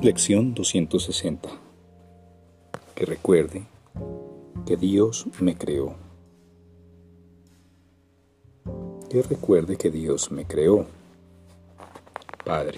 Lección 260. Que recuerde que Dios me creó. Que recuerde que Dios me creó. Padre,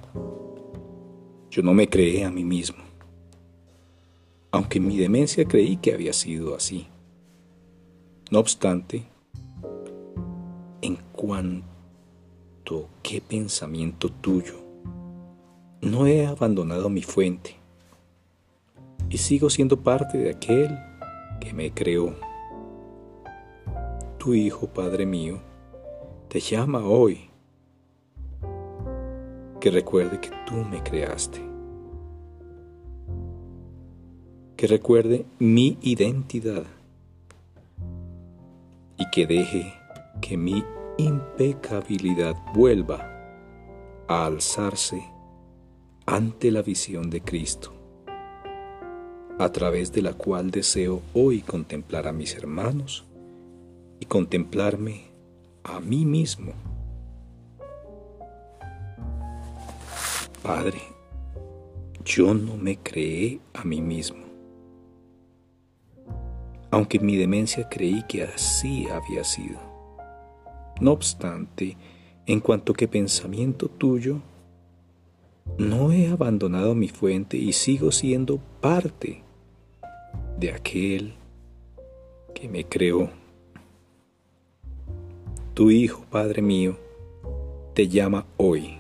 yo no me creé a mí mismo, aunque en mi demencia creí que había sido así. No obstante, en cuanto qué pensamiento tuyo, no he abandonado mi fuente y sigo siendo parte de aquel que me creó. Tu Hijo, Padre mío, te llama hoy. Que recuerde que tú me creaste. Que recuerde mi identidad y que deje que mi impecabilidad vuelva a alzarse ante la visión de Cristo, a través de la cual deseo hoy contemplar a mis hermanos y contemplarme a mí mismo. Padre, yo no me creé a mí mismo, aunque en mi demencia creí que así había sido. No obstante, en cuanto que pensamiento tuyo, no he abandonado mi fuente y sigo siendo parte de aquel que me creó. Tu Hijo, Padre mío, te llama hoy.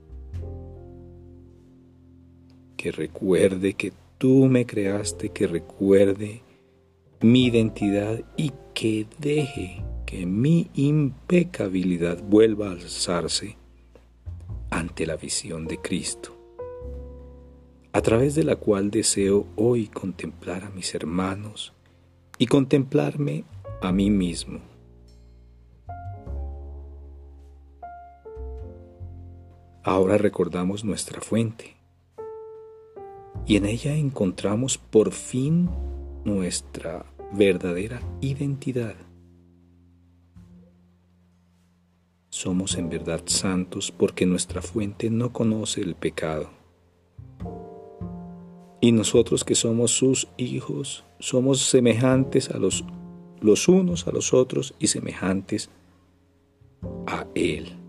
Que recuerde que tú me creaste, que recuerde mi identidad y que deje que mi impecabilidad vuelva a alzarse ante la visión de Cristo, a través de la cual deseo hoy contemplar a mis hermanos y contemplarme a mí mismo. Ahora recordamos nuestra fuente y en ella encontramos por fin nuestra verdadera identidad. Somos en verdad santos porque nuestra fuente no conoce el pecado. Y nosotros que somos sus hijos, somos semejantes a los unos a los otros y semejantes a Él.